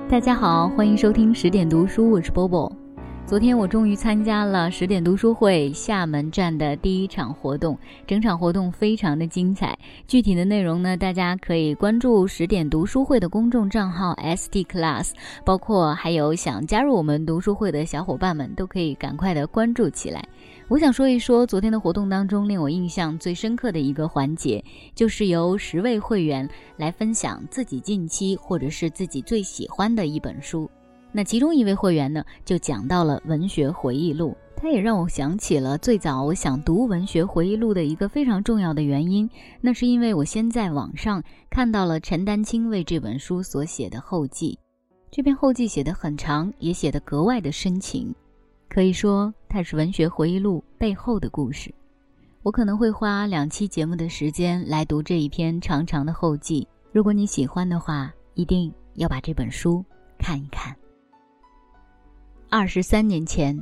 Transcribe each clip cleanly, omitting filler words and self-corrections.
大家好，欢迎收听10点读书，我是 Bobo。昨天我终于参加了10点读书会厦门站的第一场活动，整场活动非常的精彩。具体的内容呢，大家可以关注10点读书会的公众账号 SD Class， 包括还有想加入我们读书会的小伙伴们都可以赶快的关注起来。我想说一说昨天的活动当中令我印象最深刻的一个环节，就是由10位会员来分享自己近期或者是自己最喜欢的一本书。那其中一位会员呢，就讲到了文学回忆录，他也让我想起了最早我想读文学回忆录的一个非常重要的原因，那是因为我先在网上看到了陈丹青为这本书所写的后记。这篇后记写得很长，也写得格外的深情，可以说它是文学回忆录背后的故事。我可能会花2期节目的时间来读这一篇长长的后记，如果你喜欢的话，一定要把这本书看一看。23年前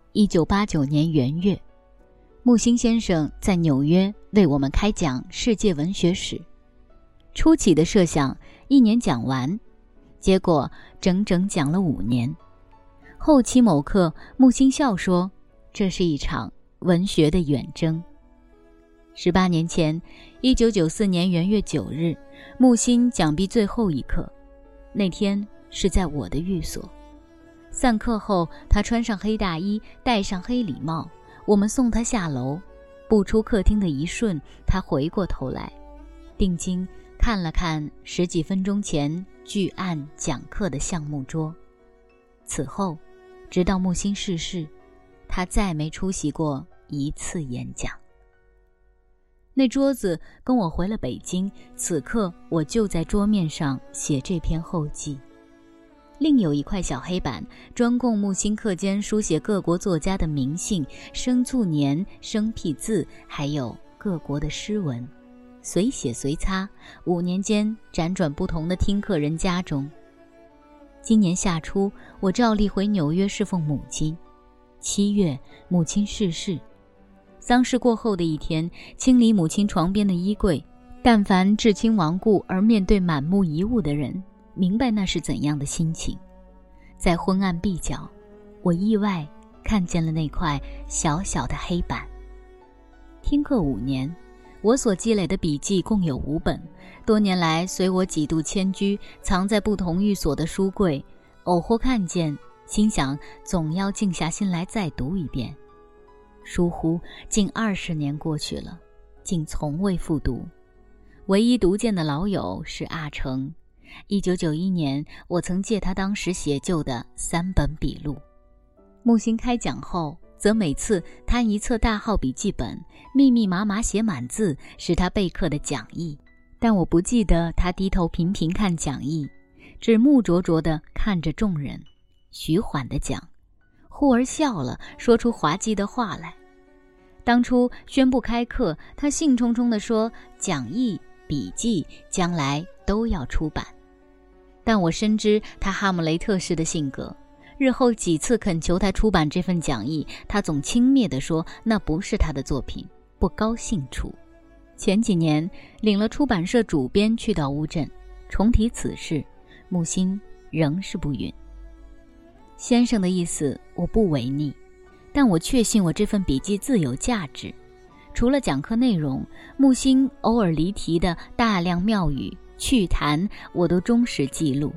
，1989年元月，木心先生在纽约为我们开讲世界文学史。初期的设想1年讲完，结果整整讲了5年。后期某课，木心笑说，这是一场文学的远征。18年前，1994年元月9日，木心讲毕最后一课，那天是在我的寓所。散课后，他穿上黑大衣，戴上黑礼帽，我们送他下楼。步出客厅的一瞬，他回过头来，定睛看了看10几分钟前巨案讲课的橡木桌。此后，直到木心逝世，他再没出席过一次演讲。那桌子跟我回了北京，此刻我就在桌面上写这篇后记。另有一块小黑板，专供木心课间书写各国作家的名姓、生卒年、生僻字，还有各国的诗文，随写随擦，5年间辗转不同的听课人家中。今年夏初，我照例回纽约侍奉母亲。7月，母亲逝世。丧事过后的一天，清理母亲床边的衣柜，但凡至亲亡故而面对满目遗物的人，明白那是怎样的心情。在昏暗壁角，我意外看见了那块小小的黑板。听课5年，我所积累的笔记共有5本，多年来随我几度迁居，藏在不同寓所的书柜，偶或看见，心想总要静下心来再读一遍。疏忽近20年过去了，竟从未复读。唯一读见的老友是阿成。1991年，我曾借他当时写就的3本笔录。木心开讲后，则每次摊一册大号笔记本，密密麻麻写满字，是他备课的讲义。但我不记得他低头频频看讲义，只目灼灼地看着众人，徐缓地讲，忽而笑了，说出滑稽的话来。当初宣布开课，他兴冲冲地说，讲义、笔记将来都要出版。但我深知他哈姆雷特式的性格，日后几次恳求他出版这份讲义，他总轻蔑地说那不是他的作品，不高兴出。前几年领了出版社主编去到乌镇，重提此事，木心仍是不允。先生的意思我不违逆，但我确信我这份笔记自有价值。除了讲课内容，木心偶尔离题的大量妙语趣谈，我都忠实记录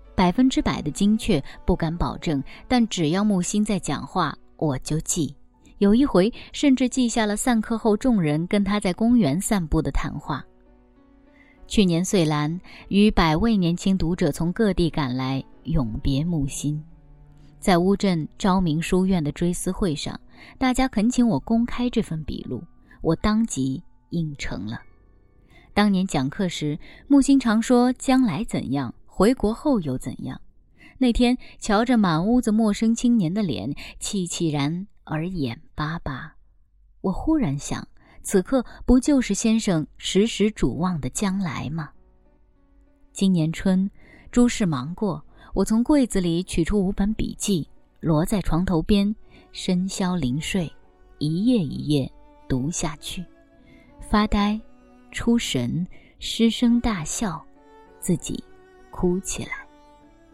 ，100%的精确不敢保证，但只要木心在讲话，我就记。有一回甚至记下了散课后众人跟他在公园散步的谈话。去年岁兰，逾100位年轻读者从各地赶来永别木心。在乌镇昭明书院的追思会上，大家恳请我公开这份笔录，我当即应承了。当年讲课时，木心常说将来怎样，回国后又怎样。那天瞧着满屋子陌生青年的脸，气气然而眼巴巴，我忽然想，此刻不就是先生时时瞩望的将来吗？今年春，诸事忙过，我从柜子里取出5本笔记，摞在床头边，深宵临睡，一页一页读下去，发呆，出神，失声大笑，自己哭起来。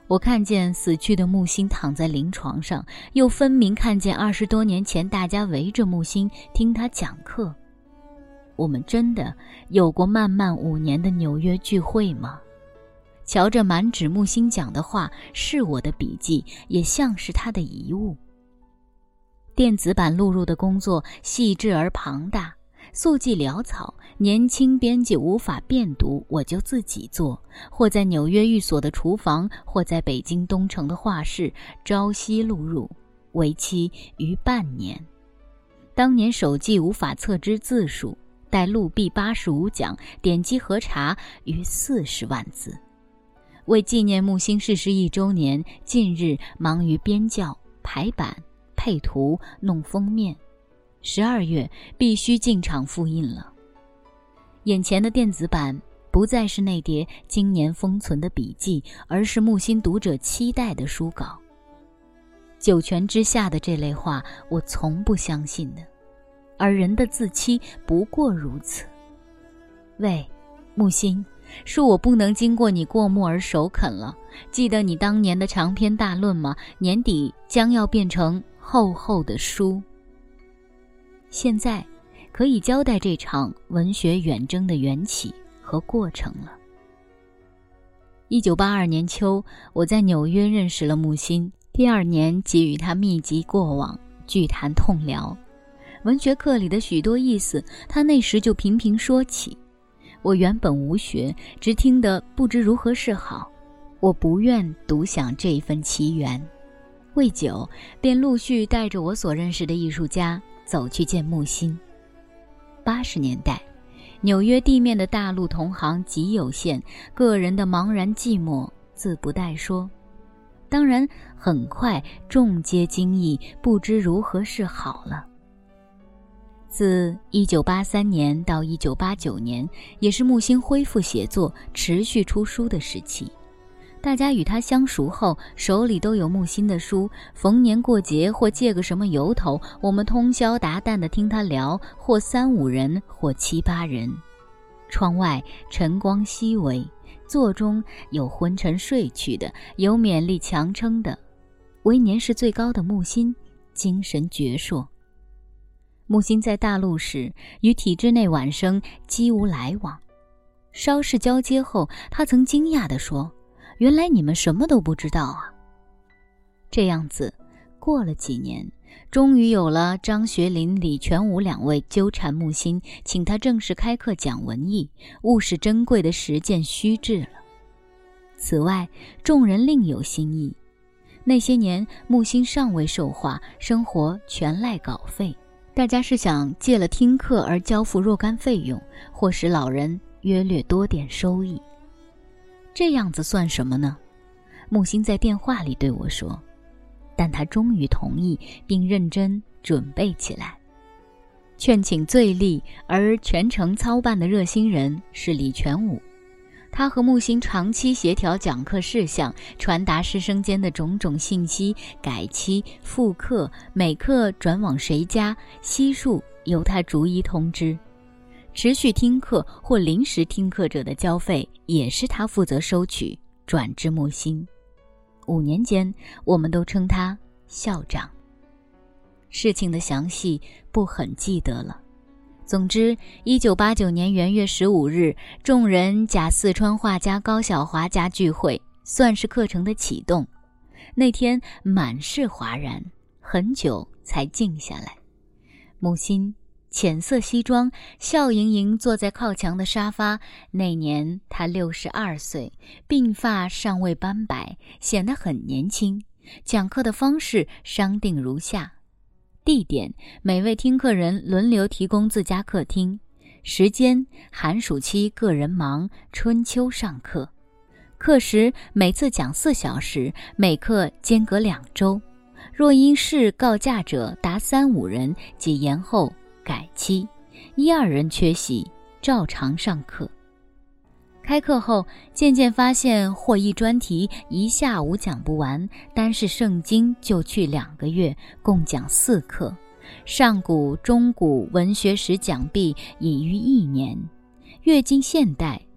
我看见死去的木心躺在灵床上，又分明看见20多年前大家围着木心听他讲课。我们真的有过漫漫5年的纽约聚会吗？瞧着满纸木心讲的话，是我的笔记，也像是他的遗物。电子版录入的工作细致而庞大，速记潦草，年轻编辑无法辨读，我就自己做，或在纽约寓所的厨房，或在北京东城的画室，朝夕录入，为期逾半年。当年手记无法测知字数，待录毕85讲，点击核查逾40万字。为纪念木心逝世1周年，近日忙于编校、排版、配图、弄封面。12月必须进场复印了。眼前的电子版不再是那叠今年封存的笔记，而是木心读者期待的书稿。九泉之下的这类话，我从不相信的，而人的自欺不过如此。喂，木心，恕我不能经过你过目而首肯了。记得你当年的长篇大论吗？年底将要变成厚厚的书。现在可以交代这场文学远征的缘起和过程了。1982年秋，我在纽约认识了木心，第2年即与他密集过往，聚谈痛聊。文学课里的许多意思，他那时就频频说起。我原本无学，只听得不知如何是好。我不愿独享这一份奇缘，未久便陆续带着我所认识的艺术家走去见木心。80年代，纽约地面的大陆同行极有限，个人的茫然寂寞自不待说。当然，很快众皆惊异，不知如何是好了。自1983年到1989年，也是木心恢复写作、持续出书的时期。大家与他相熟后，手里都有木心的书，逢年过节或借个什么由头，我们通宵达旦地听他聊，或3、5人，或7、8人。窗外晨光熹微，座中有昏沉睡去的，有勉力强撑的，唯年事最高的木心精神矍铄。木心在大陆时与体制内晚生几无来往，稍事交接后，他曾惊讶地说，原来你们什么都不知道啊。这样子过了几年，终于有了张学林、李全武2位纠缠木心，请他正式开课讲文艺，务使珍贵的实践虚掷了。此外，众人另有心意。那些年木心尚未受化，生活全赖稿费，大家是想借了听课而交付若干费用，或使老人约略多点收益。这样子算什么呢？木心在电话里对我说，但他终于同意，并认真准备起来。劝请最力而全程操办的热心人是李全武，他和木心长期协调讲课事项，传达师生间的种种信息，改期、复课，每课转往谁家，悉数由他逐一通知。持续听课或临时听课者的交费也是他负责收取，转至木心。5年间，我们都称他校长。事情的详细不很记得了。总之，1989年元月15日，众人假四川画家高晓华家聚会，算是课程的启动。那天满是哗然，很久才静下来。木心浅色西装，笑盈盈坐在靠墙的沙发。那年他62岁，鬓发尚未斑白，显得很年轻。讲课的方式商定如下：地点，每位听课人轮流提供自家客厅；时间，寒暑期个人忙，春秋上课；课时，每次讲4小时，每课间隔2周。若因事告假者达3、5人，即延后改期；1、2人缺席，照常上课。开课后，渐渐发现或一专题一下午讲不完，单是圣经就去2个月，共讲4课。上古、中古文学史讲毕已逾1年，越近现代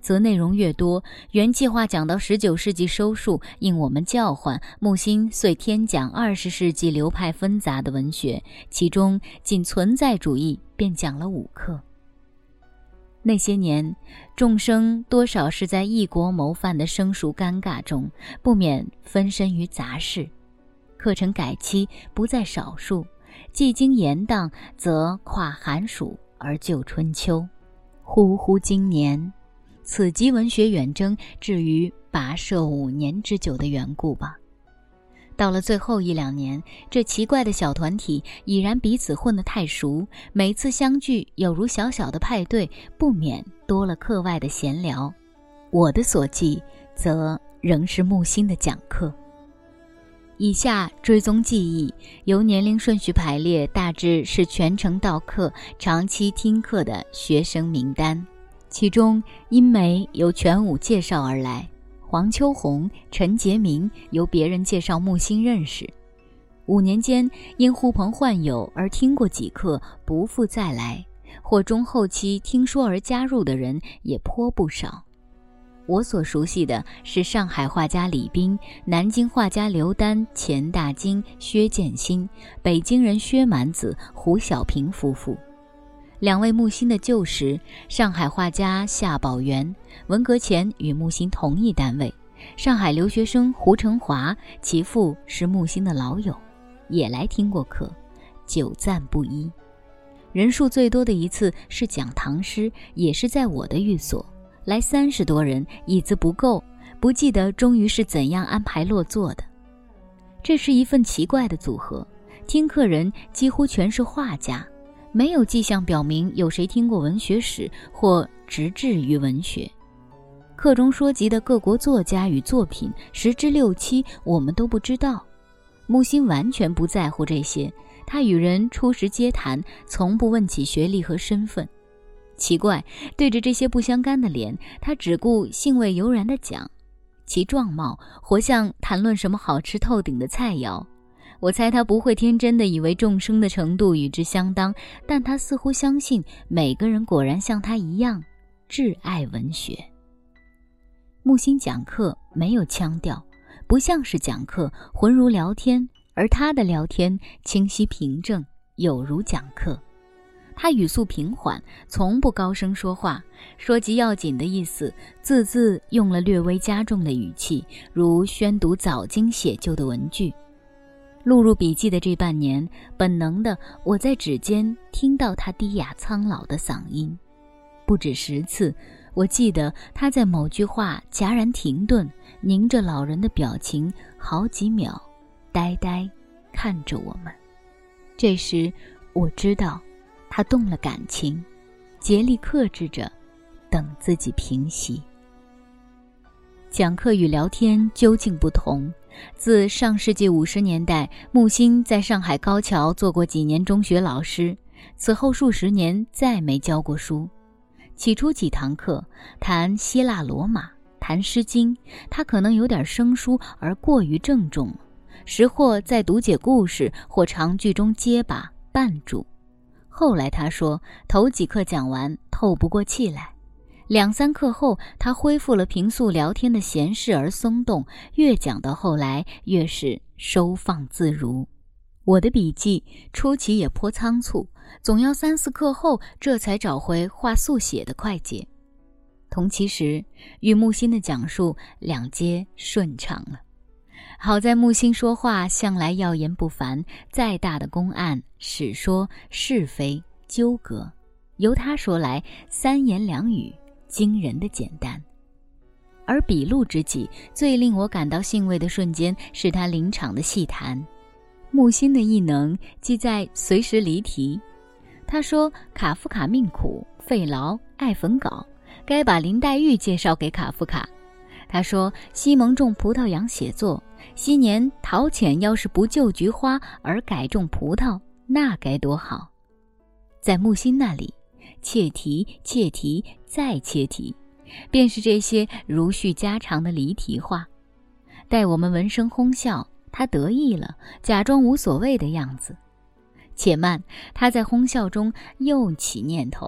则内容越多。原计划讲到19世纪收束，应我们叫唤，木心遂添讲20世纪流派纷杂的文学，其中仅存在主义便讲了5课。那些年，众生多少是在异国谋饭的生疏尴尬中，不免分身于杂事。课程改期不在少数，既经延宕，则跨寒暑而就春秋。忽忽今年，此即文学远征至于跋涉5年之久的缘故吧。到了最后1-2年，这奇怪的小团体已然彼此混得太熟，每次相聚有如小小的派对，不免多了课外的闲聊。我的所记则仍是木心的讲课。以下追踪记忆，由年龄顺序排列，大致是全程到课、长期听课的学生名单。其中殷梅由全武介绍而来，黄秋红、陈杰明由别人介绍木心认识。5年间因呼朋唤友而听过几课，不复再来，或中后期听说而加入的人也颇不少。我所熟悉的是上海画家李斌、南京画家刘丹、钱大金、薛建新，北京人薛蛮子、胡小平夫妇。2位木心的旧识，上海画家夏宝元，文革前与木心同一单位；上海留学生胡成华，其父是木心的老友，也来听过课，久赞不一。人数最多的一次是讲唐诗，也是在我的寓所，来30多人，椅子不够，不记得终于是怎样安排落座的。这是一份奇怪的组合，听课人几乎全是画家，没有迹象表明有谁听过文学史或直至于文学。课中说及的各国作家与作品10之6、7我们都不知道。木心完全不在乎这些，他与人初时接谈，从不问起学历和身份。奇怪，对着这些不相干的脸，他只顾兴味悠然地讲，其状貌活像谈论什么好吃透顶的菜肴。我猜他不会天真地以为众生的程度与之相当，但他似乎相信每个人果然像他一样挚爱文学。木心讲课没有腔调，不像是讲课，浑如聊天，而他的聊天清晰平正，有如讲课。他语速平缓，从不高声说话，说及要紧的意思，字字用了略微加重的语气，如宣读早经写就的文句。录入笔记的这半年，本能的我在指尖听到他低哑苍老的嗓音，不止10次。我记得他在某句话戛然停顿，凝着老人的表情好几秒，呆呆看着我们。这时我知道他动了感情，竭力克制着，等自己平息。讲课与聊天究竟不同。自上世纪50年代，木心在上海高桥做过几年中学老师，此后数十年再没教过书。起初几堂课谈希腊罗马，谈诗经，他可能有点生疏而过于郑重，时或在读解故事或长句中结巴绊住。后来他说头几课讲完透不过气来，2、3课后他恢复了平素聊天的闲适而松动，越讲到后来越是收放自如。我的笔记初期也颇仓促，总要3、4课后这才找回画速写的快捷。同期时与木心的讲述两阶顺畅了。好在木心说话向来要言不凡，再大的公案史说是非纠葛，由他说来3言2语，惊人的简单。而笔录之际，最令我感到欣慰的瞬间是他临场的细谈。木心的艺能即在随时离题。他说卡夫卡命苦，费劳，爱焚稿，该把林黛玉介绍给卡夫卡。他说西蒙种葡萄杨写作，昔年陶潜要是不救菊花而改种葡萄，那该多好。在木心那里，切题切题再切题，便是这些如叙家常的离题话。待我们闻声哄笑，他得意了，假装无所谓的样子。且慢，他在哄笑中又起念头，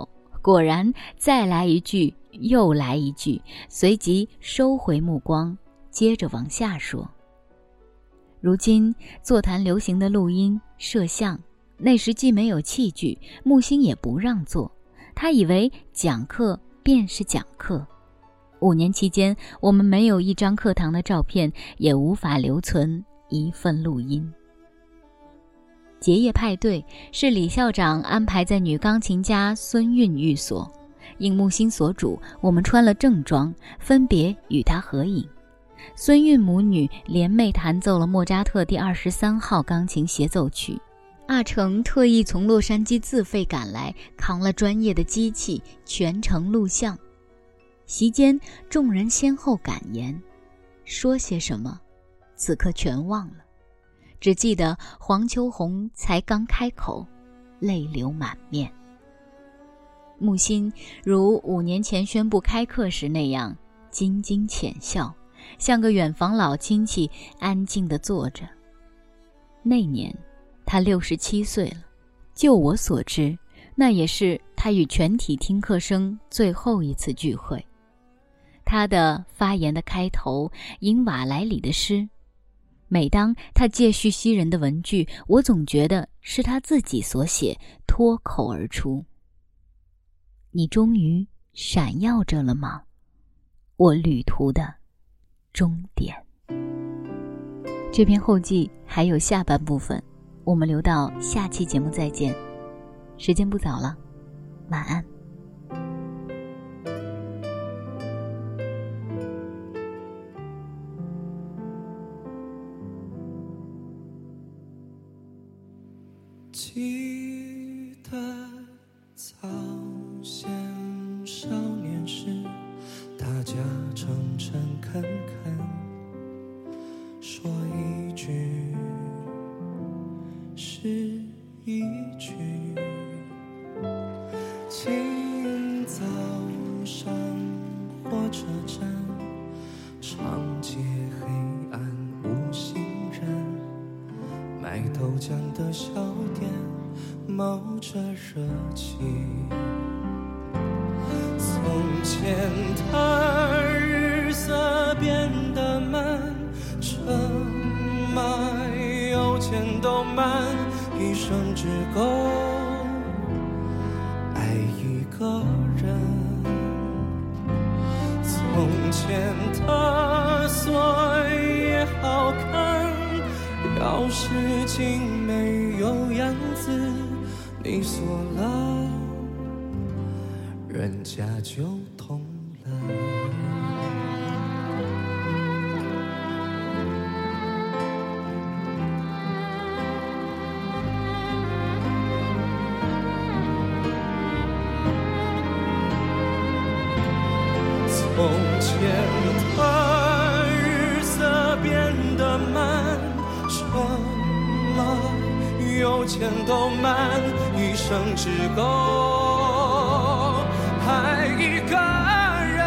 果然再来一句又来一句，随即收回目光，接着往下说。如今座谈流行的录音摄像，那时既没有器具，木星也不让做，他以为讲课便是讲课。5年期间，我们没有一张课堂的照片，也无法留存一份录音。结业派对是李校长安排在女钢琴家孙韵寓所，应木星所嘱，我们穿了正装，分别与她合影。孙韵母女联袂弹奏了莫扎特第23号钢琴协奏曲，阿成特意从洛杉矶自费赶来，扛了专业的机器，全程录像。席间众人先后感言，说些什么此刻全忘了，只记得黄秋红才刚开口，泪流满面。木心如5年前宣布开课时那样津津浅笑，像个远房老亲戚，安静地坐着。那年他67岁了，就我所知，那也是他与全体听课生最后一次聚会。他的发言的开头引瓦莱里的诗，每当他借叙昔人的文句，我总觉得是他自己所写，脱口而出。你终于闪耀着了吗？我旅途的终点。这篇后记还有下半部分，我们留到下期节目再见。时间不早了，晚安。 记得早先少年时，大家诚诚恳恳，说一句是一句。清早上火车站，长街黑暗无行人，卖豆浆的小店冒着热气。从前的日色变得慢，车马邮件都慢，一生只够爱一个人。从前的锁也好看，钥匙精没有样子，你锁了，人家就痛了。从前的日色变得慢，车马邮件都慢，一生只够爱一个人。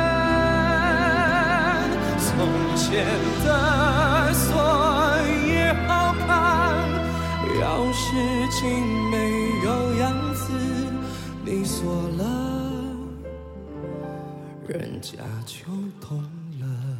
从前的锁也好看，钥匙精没有样子，你锁了，人家就懂了。